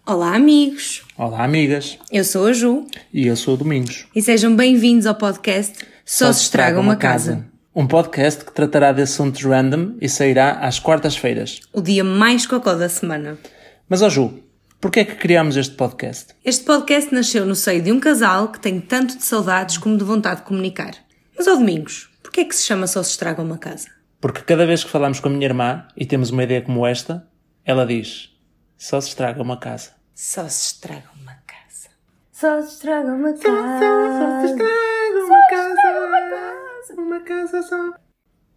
Olá amigos! Olá amigas! Eu sou a Ju. E eu sou o Domingos. E sejam bem-vindos ao podcast Só se estraga uma casa. Um podcast que tratará de assuntos random e sairá às quartas-feiras. O dia mais cocó da semana. Mas ó Ju, porquê é que criámos este podcast? Este podcast nasceu no seio de um casal que tem tanto de saudades como de vontade de comunicar. Mas ó Domingos, porquê é que se chama Só se estraga uma casa? Porque cada vez que falamos com a minha irmã e temos uma ideia como esta, ela diz: só se estraga uma casa. Só se estraga uma casa. Só se estraga uma casa. Só se estraga uma casa. Uma casa só.